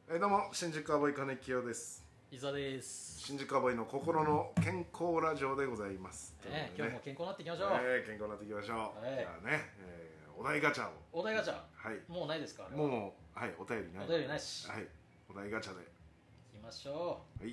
どうも新宿アボイ金清です。 伊沢です。 新宿アボイの心の健康ラジオでございます。 今日も健康になっていきましょう。 健康になっていきましょう。じゃあね、お題ガチャを。 お題ガチャ。 はい。 もうないですか。 もうはい、お便りない。 お便りないし。 はい。お題ガチャで。 いきましょう。はい。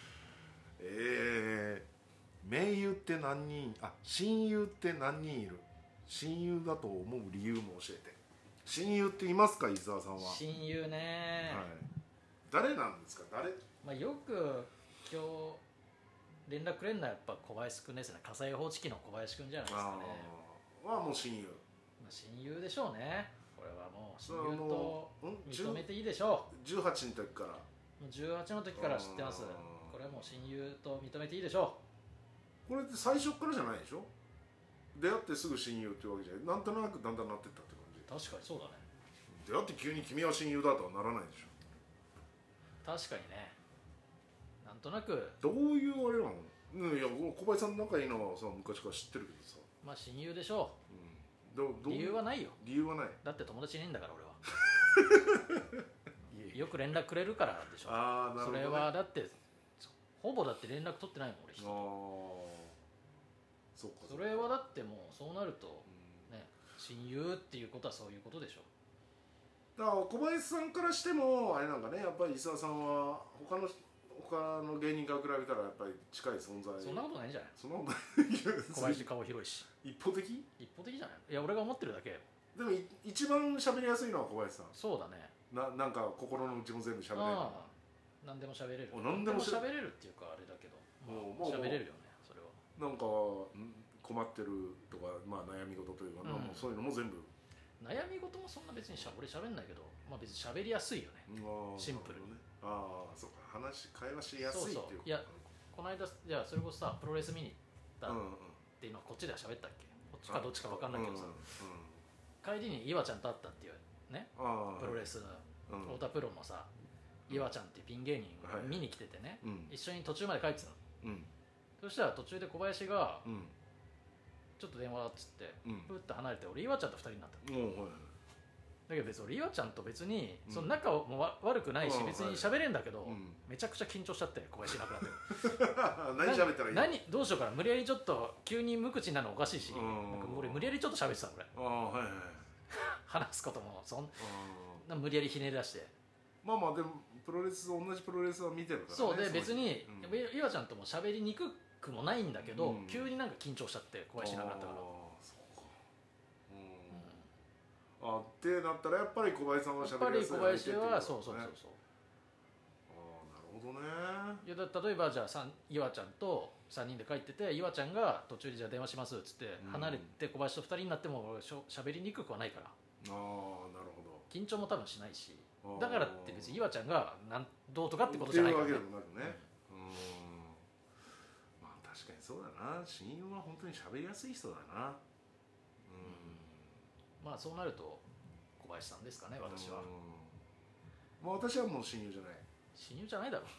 盟友って何人？親友って何人いる？親友だと思う理由も教えて。親友っていますか、伊沢さんは？ 親友ね。 はい。誰なんですか？ よく今日連絡くれるのはやっぱ小林くんですね。火災報知器の小林くんじゃないですかね。 はもう親友。 親友でしょうね。これはもう親友と認めていいでしょう。 18の時から。 18の時から知ってます。これはもう親友と認めていいでしょう。これって最初からじゃないでしょ。出会ってすぐ親友ってわけじゃない。なんとなくだんだんなってったって感じ。 確かにそうだね。 出会って急に君は親友だとはならないでしょ。 確かにね。なんとなくどういうあれなの？いや、小林さんの仲いいのはさ、昔から知ってるけどさ。 まあ親友でしょう。理由はないよ。 理由はない。 だって友達いねえんだから俺は。よく連絡くれるからでしょ。 なるほどね。 それはだってほぼだって連絡取ってないもん俺。 そうか。 それはだってもうそうなるとね、親友っていうことはそういうことでしょ。 だから小林さんからしてもあれなんかね、やっぱり伊沢さんは他の芸人から比べたらやっぱり近い存在。 そんなことないんじゃない？ そんなことない小林顔広いし。 一方的じゃない？いや俺が思ってるだけ。 でも一番喋りやすいのは小林さん。 そうだね。 なんか心の内も全部喋れる。 何でも喋れる。 何でも喋れるっていうかあれだけど、喋れるよねそれは。 なんか困ってるとか、悩み事というか、もうそういうのも全部。 悩み事もそんな別に俺喋んないけど、別に喋りやすいよね。シンプルに。 そうか、会話しやすいっていう。 いやこの間じゃあそれこそさプロレス見に行ったって今こっちでは喋ったっけ？こっちかどっちか分かんないけどさ、帰りに岩ちゃんと会ったっていうね、プロレス太田プロのさ岩ちゃんっていうピン芸人が見に来ててね、一緒に途中まで帰ってたの。そしたら途中で小林がちょっと電話っつってふっと離れて俺岩ちゃんと2人になった。だけど別に俺岩ちゃんと別にその仲も悪くないし別に喋れんだけど、めちゃくちゃ緊張しちゃって小林いなくなって何喋ったらいい？ どうしようかな、無理やりちょっと急に無口になるのおかしいし、なんか俺無理やりちょっと喋ってたの俺。話すことも無理やりひねり出して。 でも同じプロレスは見てるからね。 そうで別に岩ちゃんとも喋りにくくもないんだけど、急になんか緊張しちゃって小林いなくなったから。 ってなったらやっぱり小林さんは喋りやすい。 やっぱり小林はそう。なるほどね。 いや例えばじゃあ岩ちゃんと3人で帰ってて岩ちゃんが途中でじゃあ電話しますっつって離れて小林と2人になっても喋りにくくはないから。 なるほど。 緊張も多分しないし、だからって別に岩ちゃんがどうとかってことじゃないからね。 っていうわけでもなくね。確かにそうだな。親友は本当に喋りやすい人だな。 そうなると小林さんですかね、私は。 私はもう親友じゃない。 親友じゃないだろ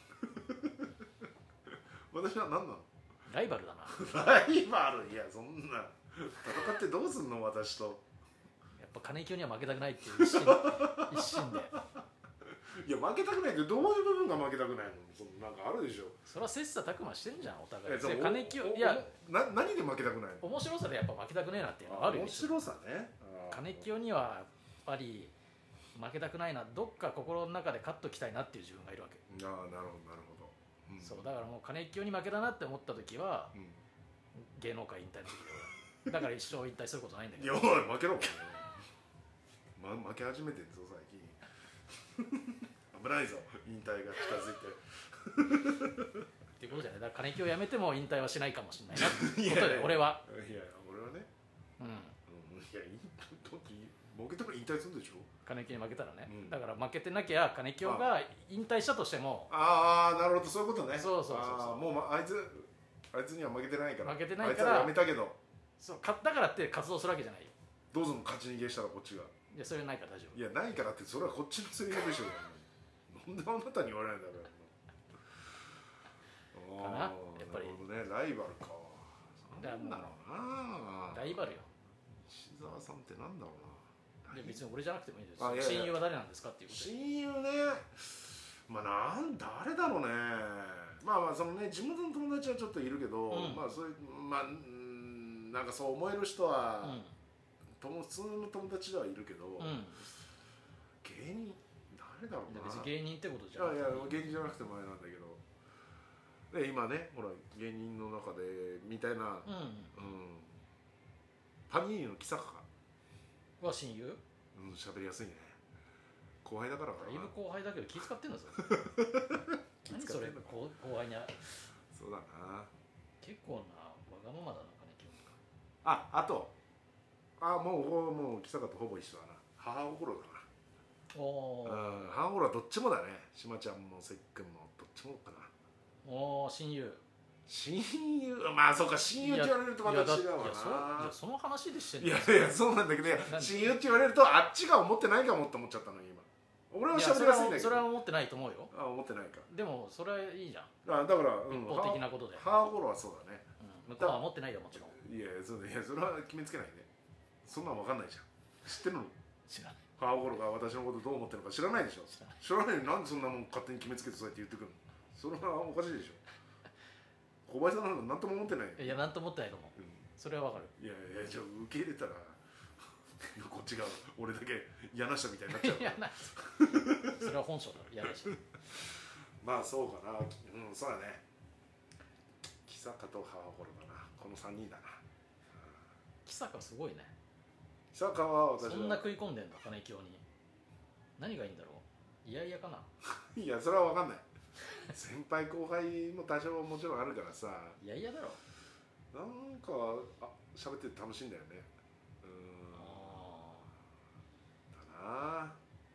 私は何なの？ ライバルだな。 ライバル？いやそんな戦ってどうすんの私と。 やっぱ金井京には負けたくないっていう一心で。 いや負けたくないってどういう部分が負けたくないの？なんかあるでしょ。 それは切磋琢磨してんじゃんお互い。 金井京いや何で負けたくないの？ 面白さでやっぱ負けたくねえなっていうのはあるよ。 面白さね。 金井京にはやっぱり負けたくないな、どっか心の中で勝っときたいなっていう自分がいるわけ。 なるほど。 そうだからもう金井京に負けたなって思った時は、芸能界引退の時だから一生引退することないんだけど。 いやおい負けろ負け始めてんぞ最近危ないぞ引退が近づいてっていうことじゃない。だから金井京やめても引退はしないかもしれないなってことで俺は。 いや俺はねいや負けたら引退するんでしょ金井京に負けたらね、だから負けてなきゃ金井京が引退したとしても。 なるほど、そういうことね。 そうもうあいつには負けてないから。 負けてないからあいつはやめたけど勝ったからって活動するわけじゃないよ。 どうぞ勝ち逃げしたらこっちが。 いやそれないから大丈夫。 いやないからってそれはこっちのセリフでしょなんであなたに言われないんだろう。 かなやっぱり。 なるほどね、ライバルか。なんだろうな。 ライバルよ。 石澤さんってなんだろうな。 別に俺じゃなくてもいいです。親友は誰なんですかっていうことで。 親友ね。 まあ誰だろうね。まあそのね地元の友達はちょっといるけど、まあそういうなんかそう思える人は、普通の友達ではいるけど、芸人誰だろうな。 別に芸人ってことじゃない。 いや芸人じゃなくてもあれなんだけど、で今ねほら芸人の中でみたいな、パニーニの木坂は親友？ 喋りやすいね。後輩だからかな。 だいぶ後輩だけど気遣ってんだぞ何それ後輩に。 そうだな。 結構なわがままだな金木。 あともう木坂とほぼ一緒だな。母心だな。母心はどっちもだね。島ちゃんもせっくんもどっちもかな。親友まあそうか、親友って言われるとまた違うわな。 その話でしてんの。いやそうなんだけど、親友って言われるとあっちが思ってないかもって思っちゃったの今。俺は喋りやすいんだけど。 それは思ってないと思うよ。 思ってないか。 でもそれはいいじゃん。 だから、 一方的なことで。 母心はそうだね。 向こうは思ってないよもちろん。 いやそれは決めつけないね。そんなん分かんないじゃん。知ってるの？ 知らない。 母心が私のことどう思ってるのか知らないでしょ。知らないのになんでそんなもん勝手に決めつけてそうやって言ってくるの。それはおかしいでしょ。小林さんなんか何とも思ってない。 いや何とも思ってないと思う。それはわかる。 いやじゃあ受け入れたらこっちが俺だけ嫌な人みたいになっちゃう。 嫌なそれは本性だろ。嫌な人。 まあそうかな。そうだね。木坂と母心だな。この3人だな。 木坂すごいね。 木坂は私はそんな食い込んでんだ金京に。何がいいんだろう。いやかな。 いやそれは分かんない。先輩後輩も多少もちろんあるからさ。 いやだろ。 なんか喋ってて楽しいんだよね。だな。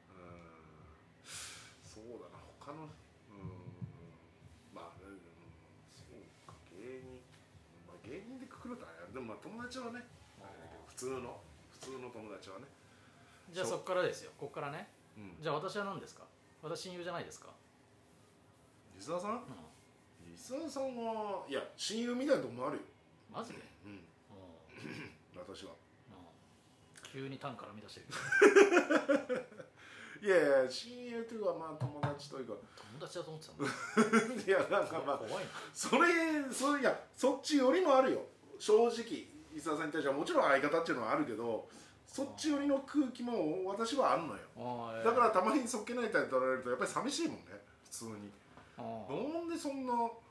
そうだな。他のまあそうか芸人でくくるとあれでも友達はね普通の友達はね。 じゃあそっからですよ。こっからね。じゃあ私は何ですか。私親友じゃないですか。 伊沢さん？伊沢さんはいや親友みたいなとこもあるよ。 マジで？ 私は。 急に単から見出してる。いや親友というかまあ友達というか。 友達だと思ってたの？ いやなんかまあ怖いな。 それいやそっち寄りもあるよ。正直伊沢さんに対してはもちろん相方っていうのはあるけど。そっち寄りの空気も私はあるのよ。だからたまにそっけないタイプ取られるとやっぱり寂しいもんね普通に。なんでそんな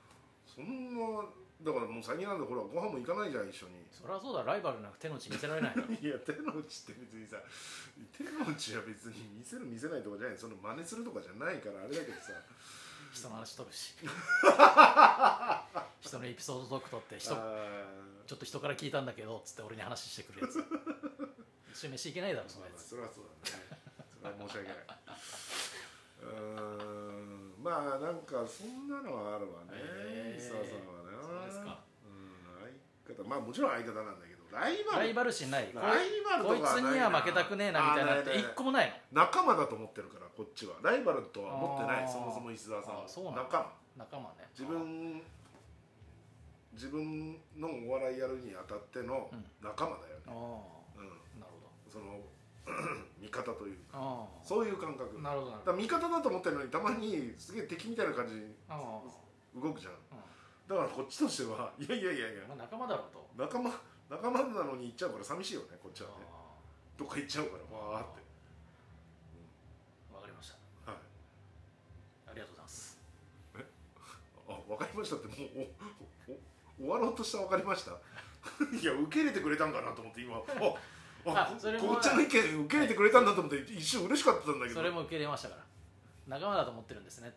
だからもう最近なんでほらご飯も行かないじゃん一緒に。 そりゃそうだ。ライバルなく手の内見せられないの。 いや手の内って別にさ手の内は別に見せる見せないとかじゃない。その真似するとかじゃないからあれだけどさ。 人の話取るし人のエピソードトーク取ってちょっと人から聞いたんだけどつって俺に話してくるやつ。一緒に飯行けないだろそのやつ。 それはそうだね。それは申し訳ない。まあなんかそんなのはあるわね。伊沢さんはね。 そうですか。 相方まあもちろん相方なんだけどライバル心ない。 ライバルとかこいつには負けたくねえなみたいなって一個もないの。仲間だと思ってるからこっちは。ライバルとは思ってない。そもそも伊沢さんは仲間ね。自分のお笑いやるにあたっての仲間だよね。なるほど。その味方というかそういう感覚。なるほど。だから味方だと思ってるのにたまにすげえ敵みたいな感じ動くじゃん。だからこっちとしてはいや仲間だろうと。 仲間なのに行っちゃうから寂しいよねこっちはね。どっか行っちゃうからわーって。 わかりました。はい。ありがとうございます。 わかりましたってもう終わろうとしたわかりました。いや受け入れてくれたんかなと思って今こっちの意見受け入れてくれたんだと思って一瞬嬉しかったんだけど。 それも受け入れましたから仲間だと思ってるんですねって。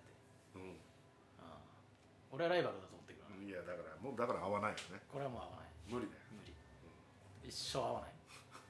俺はライバルだと思ってるから。 いやだから合わないよね。これはもう合わない。無理だよ。無理。 一生合わない。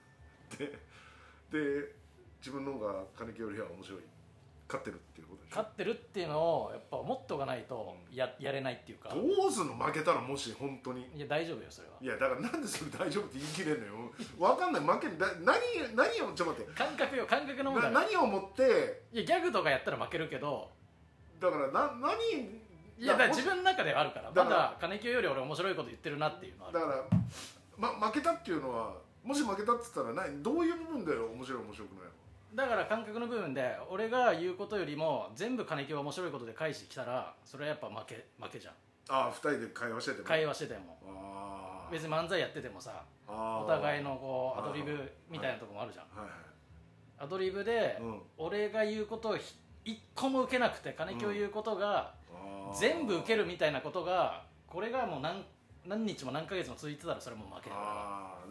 で自分の方が金木よりは面白い。勝ってるっていうことでしょ。 勝ってるっていうのをやっぱ思っておかないとやれないっていうか。 どうすんの負けたらもし本当に。 いや大丈夫よそれは。 いやだからなんでそれ大丈夫って言い切れんのよ。わかんない負け何をちょっと待って。 感覚の問題。 何をもっていやギャグとかやったら負けるけど。 だからいやだから自分の中ではあるからまだ金清より俺面白いこと言ってるなっていうのはある。 だから負けたっていうのはもし負けたって言ったらどういう部分で面白くないの。 だから感覚の部分で俺が言うことよりも全部金木が面白いことで返してきたらそれはやっぱ負けじゃん。 ああ、2人で会話しててもあ別に漫才やっててもさお互いのこうアドリブみたいなとこもあるじゃん、はいはいはい、アドリブで、俺が言うことを一個も受けなくて金木を言うことが、全部受けるみたいなことがこれがもう何日も何ヶ月も続いてたらそれも負けだから。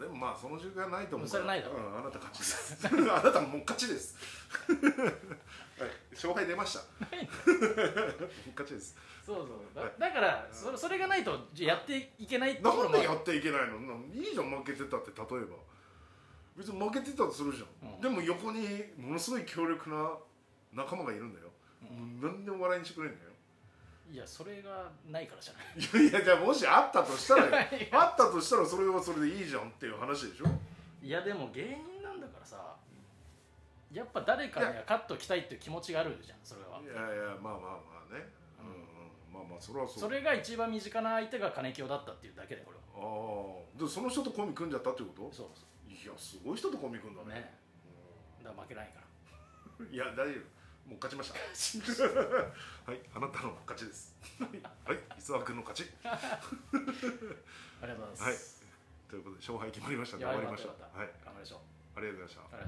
でもまあその時間ないと思うからそれないだろ、 あなた勝ちですあなたもう勝ちですはい、勝敗出ました勝ちです。 そうだからそれがないとやっていけないところも。 なんでやっていけないの。いいじゃん負けてたって。例えば別に負けてたとするじゃん、でも横にものすごい強力な仲間がいるんだよ、何でも笑いにしてくれるんだよ。 いやそれがないからじゃない。 いやじゃあもしあったとしたらあったとしたらそれはそれでいいじゃんっていう話でしょ。いやでも芸人なんだからさ、やっぱ誰かにはカットきたいっていう気持ちがあるじゃんそれは。 いやまあね、まあそれはそう。 それが一番身近な相手が金清だったっていうだけでこれは。 でその人とコンビ組んじゃったってこと。 そう。 いやすごい人とコンビ組んだね。 だから負けないからいや大丈夫、もう勝ちましたはい、あなたの勝ちですはい、磯和君の勝ちありがとうございます、 はい、ということで勝敗決まりましたね。終わりました。はい、 頑張りましょう。 ありがとうございました。